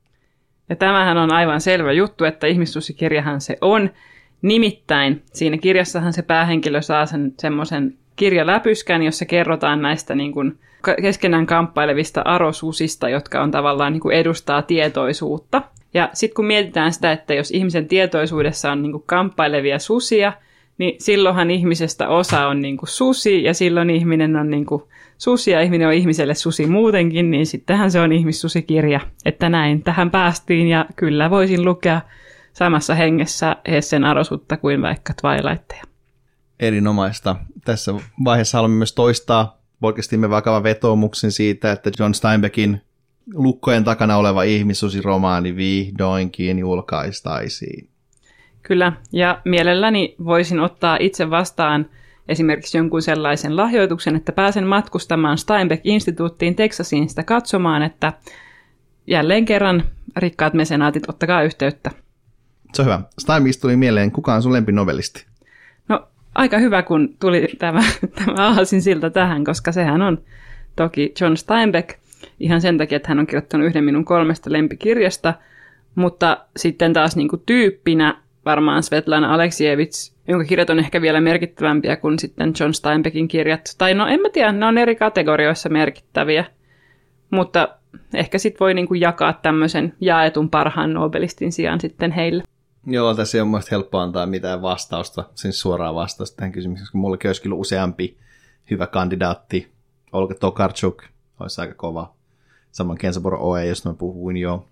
Ja tämähän on aivan selvä juttu, että ihmissusikirjahan se on. Nimittäin siinä kirjassahan se päähenkilö saa semmoisen kirjaläpyskän, jossa kerrotaan näistä niin kuin keskenään kamppailevista arosusista, jotka on tavallaan niin kuin edustaa tietoisuutta. Ja sitten kun mietitään sitä, että jos ihmisen tietoisuudessa on niin kuin kamppailevia susia, niin silloinhan ihmisestä osa on niin kuin susi, ja silloin ihminen on niin kuin susi, ja ihminen on ihmiselle susi muutenkin, niin sittenhän se on ihmissusikirja. Että näin tähän päästiin, ja kyllä voisin lukea samassa hengessä Hessen arosutta kuin vaikka Twilightia. Erinomaista. Tässä vaiheessa haluamme myös toistaa podcastimme vakavan vetoomuksen siitä, että John Steinbeckin lukkojen takana oleva ihmissusiromaani vihdoinkin julkaistaisiin. Kyllä, ja mielelläni voisin ottaa itse vastaan esimerkiksi jonkun sellaisen lahjoituksen, että pääsen matkustamaan Steinbeck-instituuttiin Texasiin sitä katsomaan, että jälleen kerran rikkaat mesenaatit, ottakaa yhteyttä. Se on hyvä. Steinbeckista tuli mieleen, kuka on sun lempinovelisti? No, aika hyvä, kun tuli tämä aasinsilta tähän, koska sehän on toki John Steinbeck, ihan sen takia, että hän on kirjoittanut yhden minun 3 lempikirjasta, mutta sitten taas niin kuin tyyppinä varmaan Svetlana Aleksijevits, jonka kirjat on ehkä vielä merkittävämpiä kuin sitten John Steinbeckin kirjat. Tai no en mä tiedä, ne on eri kategorioissa merkittäviä, mutta ehkä sitten voi niin kuin jakaa tämmöisen jaetun parhaan nobelistin sijaan sitten heille. Joo, tässä ei ole mielestäni helppo antaa mitään vastausta, siis suoraa vastausta tähän kysymykseen, koska mullakin olisi kyllä useampi hyvä kandidaatti. Olga Tokarczuk olisi aika kova. Samoin Kensaburo Oe, josta mä puhuin jo.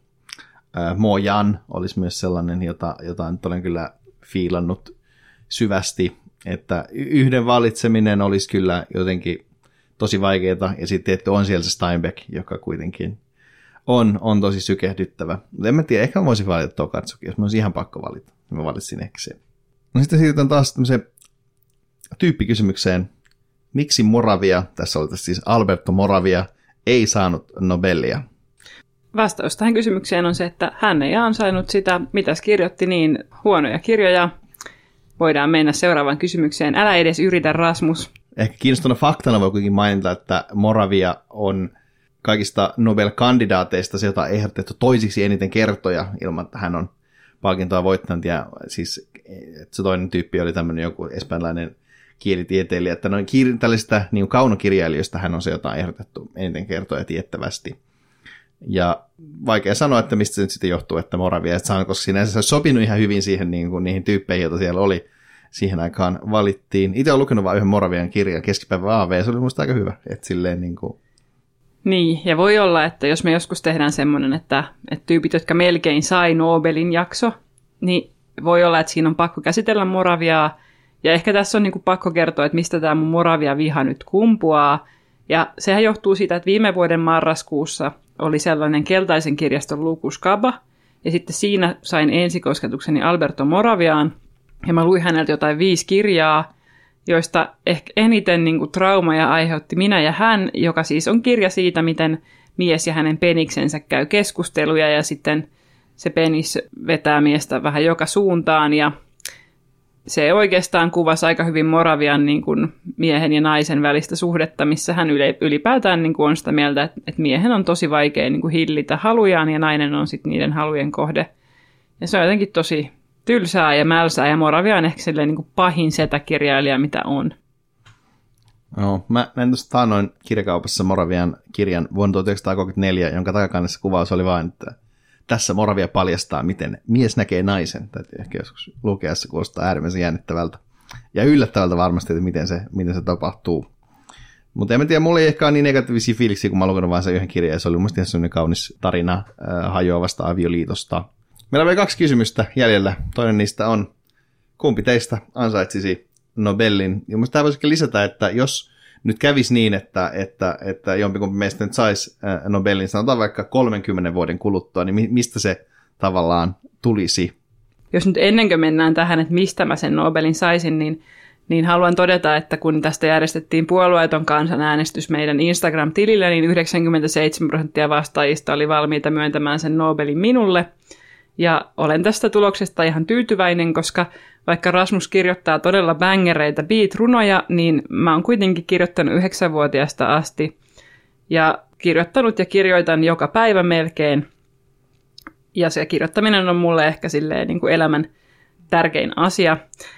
Mo Yan olisi myös sellainen, jota nyt olen kyllä fiilannut syvästi, että yhden valitseminen olisi kyllä jotenkin tosi vaikeaa, ja sitten että on siellä se Steinbeck, joka kuitenkin on tosi sykehdyttävä. Mutta en mä tiedä, ehkä mä voisin valita Tokarczuk, jos mä olisin ihan pakko valita. Mä valitsin ehkä sen. No sitten siirrytään taas tämmöiseen tyyppikysymykseen. Miksi Moravia, tässä oli siis Alberto Moravia, ei saanut Nobelia? Vastaus tähän kysymykseen on se, että hän ei ansainnut sitä, mitäs kirjoitti niin huonoja kirjoja. Voidaan mennä seuraavaan kysymykseen. Älä edes yritä, Rasmus. Ehkä kiinnostavana faktana voi kuitenkin mainita, että Moravia on kaikista Nobel-kandidaateista se, jota on ehdotettu toisiksi eniten kertoja ilman, että hän on palkintoa voittanut. Ja siis että se toinen tyyppi oli tämmöinen joku espanjalainen kielitieteilijä, että noin tällaisista niin kaunokirjailijoista hän on se, jota on ehdotettu eniten kertoja tiettävästi. Ja vaikea sanoa, että mistä se nyt sitten johtuu, että Moravia et saanut, koska siinä se olisi sopinut ihan hyvin siihen, niin kuin, niihin tyyppeihin, joita siellä oli siihen aikaan valittiin. Itse olen lukenut vain yhden Moravian kirjan, Keskipäivä AV, se oli minusta aika hyvä. Että silleen, niin, kuin... niin, ja voi olla, että jos me joskus tehdään semmoinen, että tyypit, jotka melkein sai Nobelin jakso, niin voi olla, että siinä on pakko käsitellä Moraviaa. Ja ehkä tässä on niin kuin pakko kertoa, että mistä tämä mun Moravia-viha nyt kumpuaa. Ja sehän johtuu siitä, että viime vuoden marraskuussa oli sellainen keltaisen kirjaston Lukus Kaba, ja sitten siinä sain ensikosketukseni Alberto Moraviaan, ja mä luin häneltä jotain 5 kirjaa, joista ehkä eniten niin kuin traumaja aiheutti Minä ja hän, joka siis on kirja siitä, miten mies ja hänen peniksensä käy keskusteluja, ja sitten se penis vetää miestä vähän joka suuntaan, ja se oikeastaan kuvasi aika hyvin Moravian niin kuin miehen ja naisen välistä suhdetta, missä hän ylipäätään niin kuin on sitä mieltä, että miehen on tosi vaikea niin kuin hillitä halujaan ja nainen on sitten niiden halujen kohde. Ja se on jotenkin tosi tylsää ja mälsää ja Moravia on ehkä niin kuin pahin setäkirjailija, mitä on. No, mä näin tuossa taannoin kirjakaupassa Moravian kirjan vuonna 1934, jonka takakannessa kuvaus oli vain, että tässä Moravia paljastaa, miten mies näkee naisen. Täytyy ehkä joskus lukea, se kuulostaa äärimmäisen jännittävältä. Ja yllättävältä varmasti, että miten se tapahtuu. Mutta en tiedä, mulla ei ehkä ole niin negatiivisia fiiliksiä, kun mä lukenut vain sen yhden kirjan, ja se oli mun mielestä sellainen kaunis tarina hajoavasta avioliitosta. Meillä on vielä 2 kysymystä jäljellä. Toinen niistä on, kumpi teistä ansaitsisi Nobelin? Ja musta tämä voisi lisätä, että jos nyt kävisi niin, että jompikumpi meistä nyt saisi Nobelin, sanotaan vaikka 30 vuoden kuluttua, niin mistä se tavallaan tulisi? Jos nyt ennen kuin mennään tähän, että mistä mä sen Nobelin saisin, niin haluan todeta, että kun tästä järjestettiin puolueeton kansanäänestys meidän Instagram-tilillä, niin 97% vastaajista oli valmiita myöntämään sen Nobelin minulle. Ja olen tästä tuloksesta ihan tyytyväinen, koska vaikka Rasmus kirjoittaa todella bängereitä beat-runoja, niin mä oon kuitenkin kirjoittanut 9-vuotiaasta asti ja kirjoittanut ja kirjoitan joka päivä melkein. Ja se kirjoittaminen on mulle ehkä silleen niin kuin elämän tärkein asia.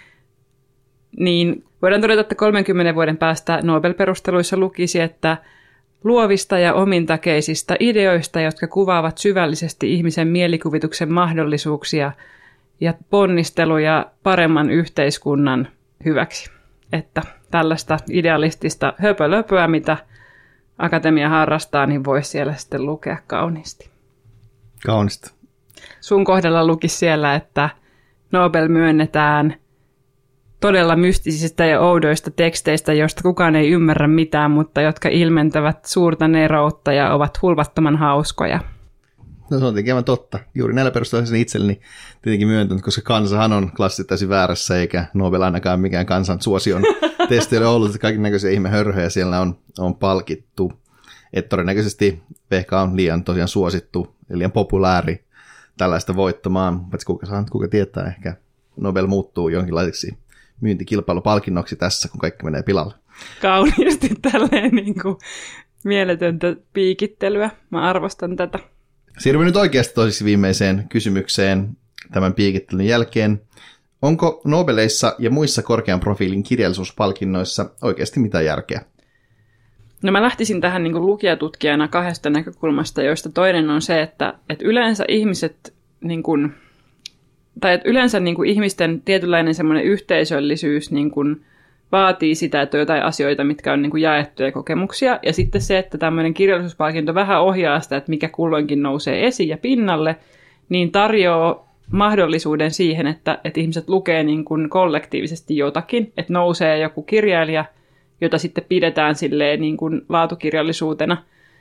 Niin voidaan todeta, että 30 vuoden päästä Nobel-perusteluissa lukisi, että luovista ja omintakeisista ideoista, jotka kuvaavat syvällisesti ihmisen mielikuvituksen mahdollisuuksia ja ponnisteluja paremman yhteiskunnan hyväksi. Että tällaista idealistista höpölöpöä, mitä akatemia harrastaa, niin voisi siellä sitten lukea kauniisti. Kaunista. Sun kohdalla lukisi siellä, että Nobel myönnetään todella mystisistä ja oudoista teksteistä, joista kukaan ei ymmärrä mitään, mutta jotka ilmentävät suurta neroutta ja ovat hulvattoman hauskoja. No se on tietenkin totta. Juuri näillä perusteella sen itselleni tietenkin myöntänyt, koska kansahan on klassisesti täysin väärässä, eikä Nobel ainakaan mikään kansan suosion testi ole ollut, että kaikennäköisiä ihmehörhöjä siellä on palkittu. Että todennäköisesti Pekka on liian tosiaan suosittu ja liian populääri tällaista voittamaan, paitsi kuka tietää, ehkä Nobel muuttuu jonkinlaiseksi myyntikilpailupalkinnoksi tässä, kun kaikki menee pilalle. Kauniisti tälleen niin kuin mieletöntä piikittelyä. Mä arvostan tätä. Siirrymme nyt oikeasti toiseksi viimeiseen kysymykseen tämän piikittelyn jälkeen. Onko Nobeleissa ja muissa korkean profiilin kirjallisuuspalkinnoissa oikeasti mitään järkeä? No mä lähtisin tähän niin kuin lukijatutkijana kahdesta näkökulmasta, joista toinen on se, että yleensä ihmiset, niin kuin, tai että yleensä niin kuin ihmisten tietynlainen semmoinen yhteisöllisyys niin kuin vaatii sitä, että on jotain asioita, mitkä on niin kuin jaettuja kokemuksia. Ja sitten se, että tämmöinen kirjallisuuspalkinto vähän ohjaa sitä, että mikä kulloinkin nousee esiin ja pinnalle, niin tarjoaa mahdollisuuden siihen, että ihmiset lukee niin kuin kollektiivisesti jotakin, että nousee joku kirjailija, jota sitten pidetään silleen niin kuin laatukirjallisuutena.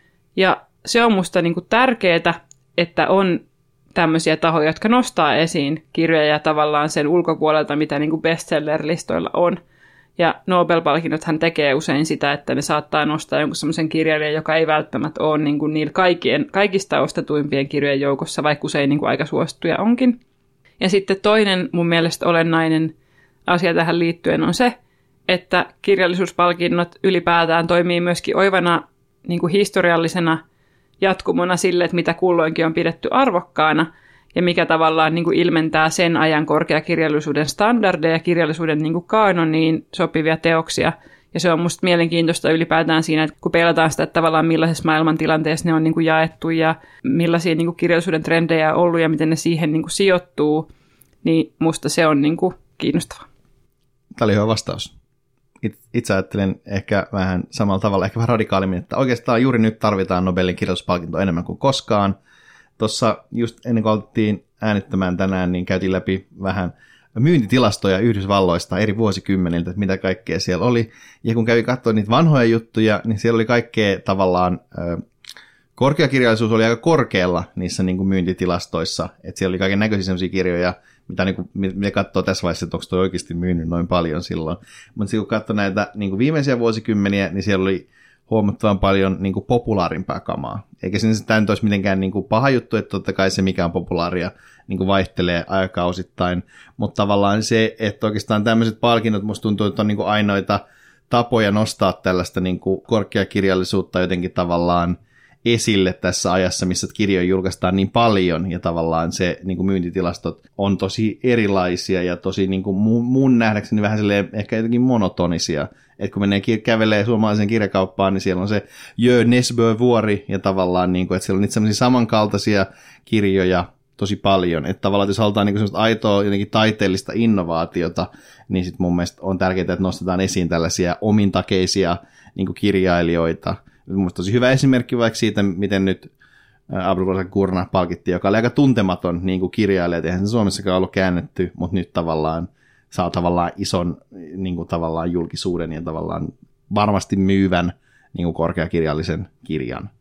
Ja se on musta niin kuin tärkeää, että on tämmöisiä tahoja, jotka nostaa esiin kirjoja tavallaan sen ulkopuolelta, mitä niin kuin bestseller-listoilla on. Ja Nobel-palkinnothan tekee usein sitä, että ne saattaa nostaa jonkun semmoisen kirjailijan, joka ei välttämättä ole niin kuin niillä kaikista ostetuimpien kirjojen joukossa, vaikka usein niin kuin aika suosittuja onkin. Ja sitten toinen mun mielestä olennainen asia tähän liittyen on se, että kirjallisuuspalkinnot ylipäätään toimii myöskin oivana niin kuin historiallisena jatkumona sille, että mitä kulloinkin on pidetty arvokkaana ja mikä tavallaan niin kuin ilmentää sen ajan korkeakirjallisuuden standardeja, kirjallisuuden niin kuin kaanoniin sopivia teoksia. Ja se on musta mielenkiintoista ylipäätään siinä, että kun peilataan sitä, että tavallaan millaisessa maailmantilanteessa ne on niin kuin jaettu ja millaisia niin kuin kirjallisuuden trendejä on ollut ja miten ne siihen niin kuin sijoittuu, niin musta se on niin kuin kiinnostavaa. Tämä oli hyvä vastaus. Itse ajattelen ehkä vähän samalla tavalla, ehkä vähän radikaalimmin, että oikeastaan juuri nyt tarvitaan Nobelin kirjallisuuspalkintoa enemmän kuin koskaan. Tuossa just ennen kuin aloitettiin äänittämään tänään, niin käytiin läpi vähän myyntitilastoja Yhdysvalloista eri vuosikymmeniltä, että mitä kaikkea siellä oli. Ja kun kävi katsoa niitä vanhoja juttuja, niin siellä oli kaikkea tavallaan, korkeakirjallisuus oli aika korkealla niissä niin kuin myyntitilastoissa. Että siellä oli kaiken näköisiä sellaisia kirjoja, mitä niin me katsoo tässä vaiheessa, että onko toi oikeasti myynyt noin paljon silloin. Mutta kun katsoo näitä niin kuin viimeisiä vuosikymmeniä, niin siellä oli huomattavan paljon niin kuin populaarimpaa kamaa. Eikä tämä nyt olisi mitenkään niin kuin paha juttu, että totta kai se mikä on populaaria niin kuin vaihtelee aikakausittain, mutta tavallaan se, että oikeastaan tämmöiset palkinnot musta tuntuu, että on niin kuin ainoita tapoja nostaa tällaista niin kuin korkeakirjallisuutta jotenkin tavallaan esille tässä ajassa, missä kirjoja julkaistaan niin paljon, ja tavallaan se niin kuin myyntitilastot on tosi erilaisia ja tosi niin kuin mun nähdäkseni vähän silleen ehkä jotenkin monotonisia. Että kun menee kävelee suomalaiseen kirjakauppaan, niin siellä on se Nesbø-vuori, ja tavallaan, niin kuin, että siellä on niitä sellaisia samankaltaisia kirjoja tosi paljon. Että tavallaan, että jos halutaan niin kuin semmoista aitoa jotenkin taiteellista innovaatiota, niin sitten mun mielestä on tärkeää, että nostetaan esiin tällaisia omintakeisia niin kuin kirjailijoita. Mielestäni tosi hyvä esimerkki vaikka siitä, miten nyt Abdulrazak Gurnah palkittiin, joka oli aika tuntematon niin kuin kirjailija. Eihän se Suomessakaan ollut käännetty, mutta nyt tavallaan saa tavallaan ison niin kuin tavallaan julkisuuden ja tavallaan varmasti myyvän niin kuin korkeakirjallisen kirjan.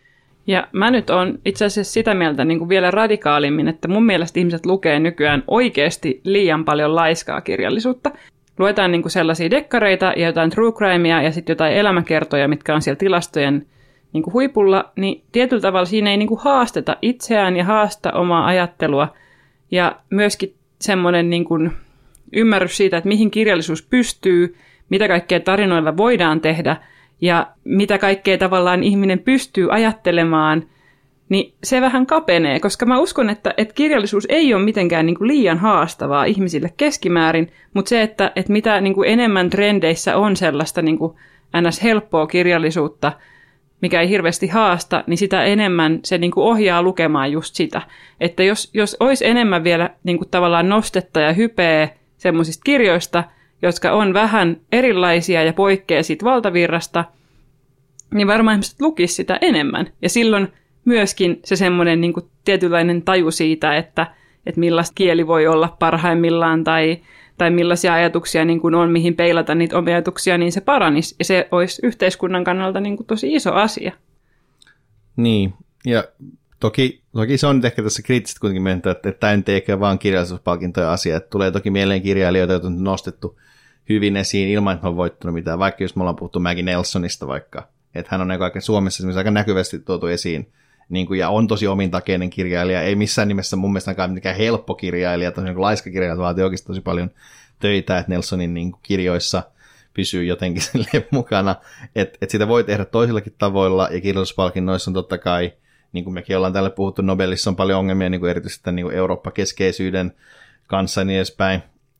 Ja mä nyt oon itse asiassa sitä mieltä niin kuin vielä radikaalimmin, että mun mielestä ihmiset lukee nykyään oikeasti liian paljon laiskaa kirjallisuutta. Luetaan niin kuin sellaisia dekkareita ja jotain true crimea ja sitten jotain elämäkertoja, mitkä on siellä tilastojen niin kuin huipulla, niin tietyllä tavalla siinä ei niin kuin haasteta itseään ja haasta omaa ajattelua. Ja myöskin semmoinen niin kuin ymmärrys siitä, että mihin kirjallisuus pystyy, mitä kaikkea tarinoilla voidaan tehdä ja mitä kaikkea tavallaan ihminen pystyy ajattelemaan, niin se vähän kapenee, koska mä uskon, että kirjallisuus ei ole mitenkään niin kuin liian haastavaa ihmisille keskimäärin, mutta se, että mitä niin kuin enemmän trendeissä on sellaista niin kuin ns. Helppoa kirjallisuutta, mikä ei hirveästi haasta, niin sitä enemmän se niin kuin ohjaa lukemaan just sitä. Että jos olisi enemmän vielä niin kuin tavallaan nostetta ja hypeä semmoisista kirjoista, jotka on vähän erilaisia ja poikkeaa siitä valtavirrasta, niin varmaan ihmiset lukisivat sitä enemmän. Ja silloin myöskin se semmoinen niin kuin tietynlainen taju siitä, että millaista kieli voi olla parhaimmillaan tai millaisia ajatuksia niin kuin on, mihin peilata niitä omia ajatuksia, niin se paranisi. Ja se olisi yhteiskunnan kannalta niin kuin tosi iso asia. Niin, ja toki se on nyt ehkä tässä kriittisesti kuitenkin mennyt, että tämä nyt ei ehkä vaan kirjallisuuspalkintoja asia. Että tulee toki mieleen kirjailijoita, joita on nostettu hyvin esiin ilman, että on voittanut mitään. Vaikka jos me ollaan puhuttu Maggie Nelsonista vaikka, että hän on Suomessa aika näkyvästi tuotu esiin. Niin kuin, ja on tosi omintakeinen kirjailija, ei missään nimessä mun mielestä mikään helppo kirjailija, tosi niin laiska kirjailija, vaatii oikeasti tosi paljon töitä, että Nelsonin niin kuin kirjoissa pysyy jotenkin mukana, että sitä voi tehdä toisillakin tavoilla, ja kirjallisuuspalkinnoissa on totta kai, niin kuin mekin ollaan täällä puhuttu, Nobelissa on paljon ongelmia, niin kuin erityisesti niin kuin Eurooppa-keskeisyyden kanssa ja niin edespäin,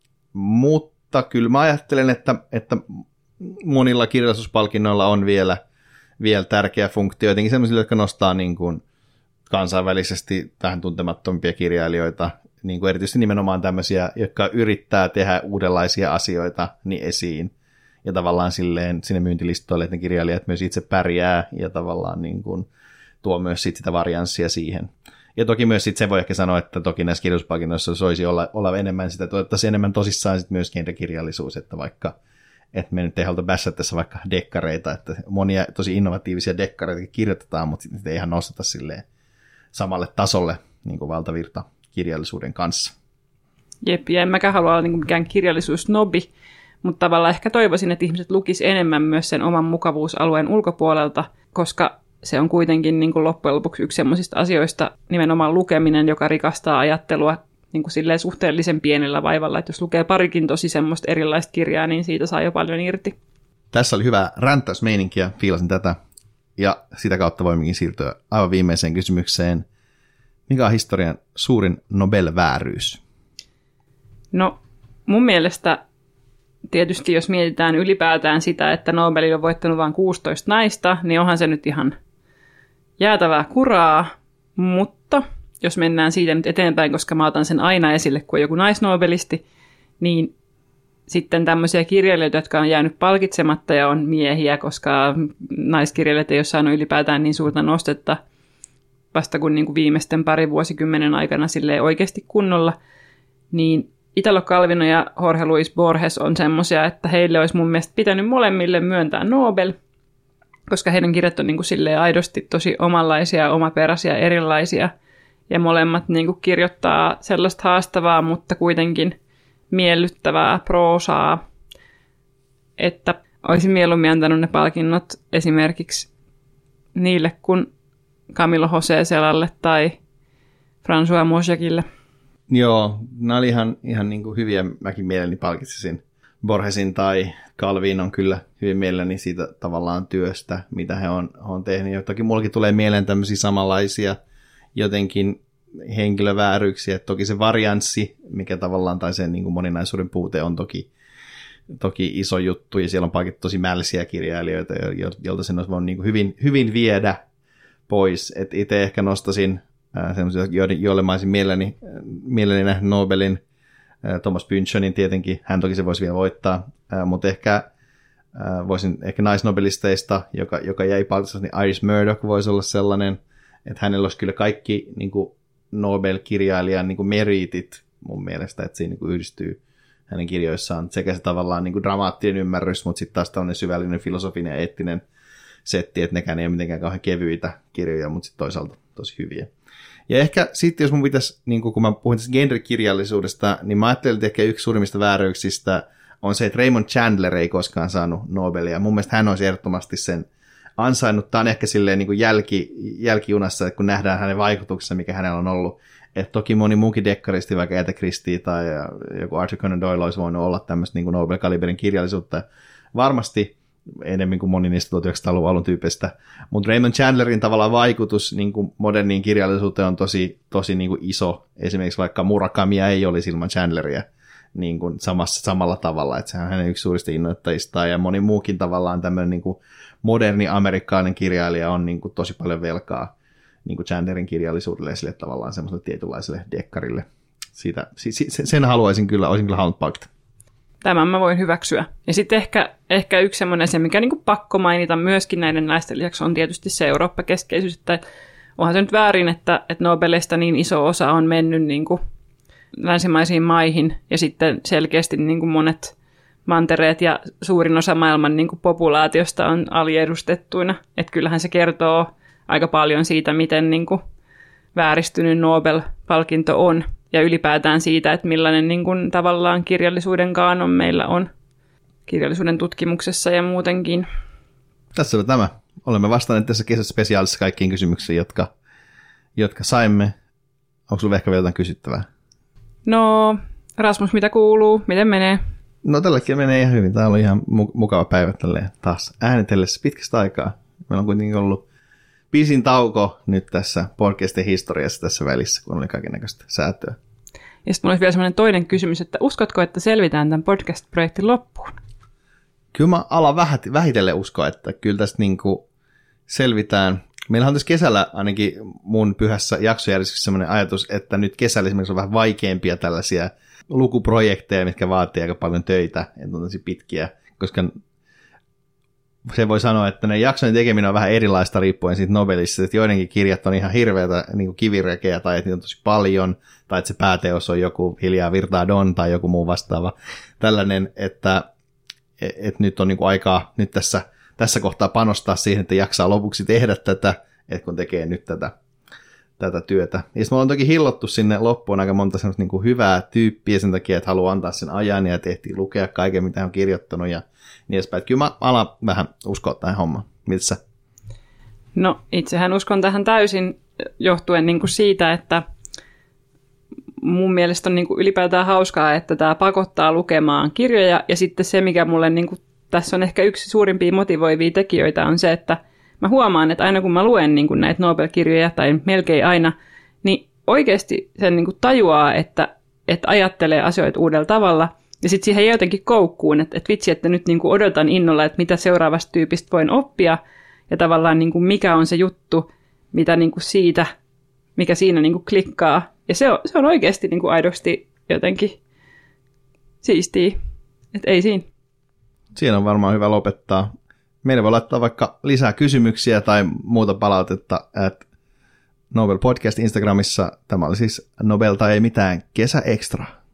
mutta kyllä mä ajattelen, että monilla kirjallisuuspalkinnoilla on vielä tärkeä funktio, jotenkin sellaisille, jotka nostaa niin kuin kansainvälisesti tähän tuntemattompia kirjailijoita, niin kuin erityisesti nimenomaan tämmöisiä, jotka yrittää tehdä uudenlaisia asioita niin esiin, ja tavallaan silleen sinne myyntilistoille, että ne kirjailijat myös itse pärjää, ja tavallaan niin kuin tuo myös sitä varianssia siihen. Ja toki myös sitten se voi ehkä sanoa, että toki näissä kirjallisuuspalkinnoissa soisi olla enemmän sitä, toivottavasti enemmän tosissaan sitten myös genrekirjallisuus, että vaikka että me nyt ei haluta bässää tässä vaikka dekkareita, että monia tosi innovatiivisia dekkareita kirjoitetaan, mutta sitten ei ihan nosteta silleen samalle tasolle niin kuin valtavirta kirjallisuuden kanssa. Jep, ja en mäkään halua olla niin mikään kirjallisuusnobi, mutta tavallaan ehkä toivoisin, että ihmiset lukis enemmän myös sen oman mukavuusalueen ulkopuolelta, koska se on kuitenkin niin kuin loppujen lopuksi yksi semmoisista asioista, nimenomaan lukeminen, joka rikastaa ajattelua niin kuin silleen suhteellisen pienellä vaivalla, että jos lukee parikin tosi semmoista erilaista kirjaa, niin siitä saa jo paljon irti. Tässä oli hyvä ränttäysmeininkiä, fiilasin tätä, ja sitä kautta voimmekin siirtyä aivan viimeiseen kysymykseen. Mikä on historian suurin Nobel-vääryys? No, mun mielestä tietysti jos mietitään ylipäätään sitä, että Nobelilla on voittanut vain 16 naista, niin onhan se nyt ihan jäätävää kuraa, mutta jos mennään siitä nyt eteenpäin, koska mä otan sen aina esille, kun on joku naisnobelisti, niin sitten tämmöisiä kirjailijoita, jotka on jäänyt palkitsematta ja on miehiä, koska naiskirjailijat ei ole saanut ylipäätään niin suurta nostetta vasta kuin, viimeisten parin vuosikymmenen aikana silleen oikeasti kunnolla, niin Italo Calvino ja Jorge Luis Borges on semmoisia, että heille olisi mun mielestä pitänyt molemmille myöntää Nobel, koska heidän kirjat on silleen aidosti tosi omanlaisia, omaperäisiä, erilaisia, ja molemmat kirjoittaa sellaista haastavaa, mutta kuitenkin miellyttävää proosaa, että olisin mieluummin antanut ne palkinnot esimerkiksi niille kuin Camilo José Celalle tai François Mosjakille. Joo, nämä oli ihan niin kuin hyviä. Mäkin mielelläni palkitsisin Borgesin tai Calvin on kyllä hyvin mielelläni siitä tavallaan työstä, mitä he on tehnyt. Ja toki mullakin tulee mieleen tämmöisiä samanlaisia jotenkin henkilövääryyksiä. Toki se varianssi, mikä tavallaan, tai sen niin kuin moninaisuuden puute on toki iso juttu, ja siellä on palkittu tosi mälsiä kirjailijoita, joilta sen olisi voinut niin kuin hyvin viedä pois. Et itse ehkä nostaisin sellaisia, joille mä olisin mielelläni nähnyt Nobelin, Thomas Pynchonin tietenkin, hän toki se voisi vielä voittaa, mutta ehkä naisnobelisteista, joka jäi palkitsemaan, niin Iris Murdoch voisi olla sellainen, että hänellä olisi kyllä kaikki niin kuin Nobel-kirjailijan niin kuin meriitit mun mielestä, että siinä niin kuin yhdistyy hänen kirjoissaan sekä se tavallaan niin kuin dramaattinen ymmärrys, mutta sitten taas tällainen syvällinen filosofinen ja eettinen setti, että nekään ei ole mitenkään kauhean kevyitä kirjoja, mutta sitten toisaalta tosi hyviä. Ja ehkä sitten, jos mun pitäisi, niin kun mä puhuin tästä genrekirjallisuudesta, niin mä ajattelin, että ehkä yksi suurimmista vääryyksistä on se, että Raymond Chandler ei koskaan saanut Nobelia. Mun mielestä hän olisi ehdottomasti sen ansainnut. Tämä on ehkä silleen niin kuin jälkijunassa, että kun nähdään hänen vaikutuksensa, mikä hänellä on ollut. että toki moni muukin dekkaristi, vaikka Agatha Christie tai joku Arthur Conan Doyle olisi voinut olla tämmöistä niin kuin Nobel-kaliberin kirjallisuutta. Varmasti enemmän kuin moni niistä 1900-luvun alun tyypeistä. Mutta Raymond Chandlerin tavallaan vaikutus niin kuin moderniin kirjallisuuteen on tosi niin kuin iso. Esimerkiksi vaikka Murakamia ei olisi ilman Chandleria niin kuin samalla tavalla. Että sehän on hänen yksi suurista innoittajistaan. Ja moni muukin tavallaan tämmöinen niin kuin moderni amerikkalainen kirjailija on niin kuin tosi paljon velkaa niin kuin Chandlerin kirjallisuudelle ja sille tavallaan semmoiselle tietynlaiselle dekkarille. Sen olisin kyllä halunnut palkita. Tämän mä voin hyväksyä. Ja sitten ehkä yksi semmoinen asia, mikä niin kuin pakko mainita myöskin näiden naisten lisäksi, on tietysti se Eurooppa-keskeisyys. Että onhan se nyt väärin, että Nobelista niin iso osa on mennyt niin kuin länsimaisiin maihin, ja sitten selkeästi niin kuin monet mantereet ja suurin osa maailman niin kuin populaatiosta on aliedustettuina. Että kyllähän se kertoo aika paljon siitä, miten niin kuin vääristynyt Nobel-palkinto on. Ja ylipäätään siitä, että millainen niin kuin, tavallaan kirjallisuuden kaanon meillä on kirjallisuuden tutkimuksessa ja muutenkin. Tässä on tämä. Olemme vastanneet tässä kesäspesiaalissa kaikkiin kysymyksiin, jotka saimme. Onko sinulla ehkä vielä jotain kysyttävää? No, Rasmus, mitä kuuluu? Miten menee? No tälläkin menee ihan hyvin. Tämä oli ihan mukava päivä tälleen taas äänitellessä pitkästä aikaa. Meillä on kuitenkin ollut pisin tauko nyt tässä podcastin historiassa tässä välissä, kun oli kaikennäköistä säätöä. Ja sitten mulla olisi vielä sellainen toinen kysymys, että uskotko, että selvitään tämän podcast-projektin loppuun? Kyllä mä alan vähitellen uskoa, että kyllä tästä niin kuin selvitään. Meillä on tässä kesällä ainakin mun pyhässä jaksojärjestyksessä sellainen ajatus, että nyt kesällä esimerkiksi on vähän vaikeampia tällaisia lukuprojekteja, mitkä vaatii aika paljon töitä, että on tosi pitkiä, koska se voi sanoa, että ne jaksojen tekeminen on vähän erilaista riippuen siitä Nobelista, että joidenkin kirjat on ihan hirveätä niin kuin kivirekeä, tai että niitä on tosi paljon, tai että se pääteos on joku Hiljaa virtaa Don tai joku muu vastaava. Tällainen, että nyt on niin kuin aikaa nyt tässä kohtaa panostaa siihen, että jaksaa lopuksi tehdä tätä, että kun tekee nyt tätä työtä. Ja sitten me ollaan toki hillottu sinne loppuun aika monta semmoista niin kuin hyvää tyyppiä sen takia, että haluaa antaa sen ajan ja tehtiin lukea kaiken, mitä on kirjoittanut ja niin edespäin. Kyllä mä alan vähän uskoa tähän hommaan. Mitä sä? No itsehän uskon tähän täysin johtuen niin kuin siitä, että mun mielestä on niin kuin ylipäätään hauskaa, että tämä pakottaa lukemaan kirjoja. Ja sitten se, mikä mulle niin kuin, tässä on ehkä yksi suurimpia motivoivia tekijöitä, on se, että mä huomaan, että aina kun mä luen niin kuin näitä Nobel-kirjoja, tai melkein aina, niin oikeasti sen niin kuin tajuaa, että ajattelee asioita uudella tavalla. Ja sitten siihen jotenkin koukkuun, että vitsi, että nyt niin kuin odotan innolla, että mitä seuraavasta tyypistä voin oppia. Ja tavallaan niin kuin mikä on se juttu, mitä niin kuin siitä, mikä siinä niin kuin klikkaa. Ja se on oikeasti niin kuin aidosti jotenkin siistiä. Että ei siinä. Siinä on varmaan hyvä lopettaa. Meidän voi laittaa vaikka lisää kysymyksiä tai muuta palautetta Nobel Podcast Instagramissa. Tämä oli siis Nobelta ei mitään kesä extra.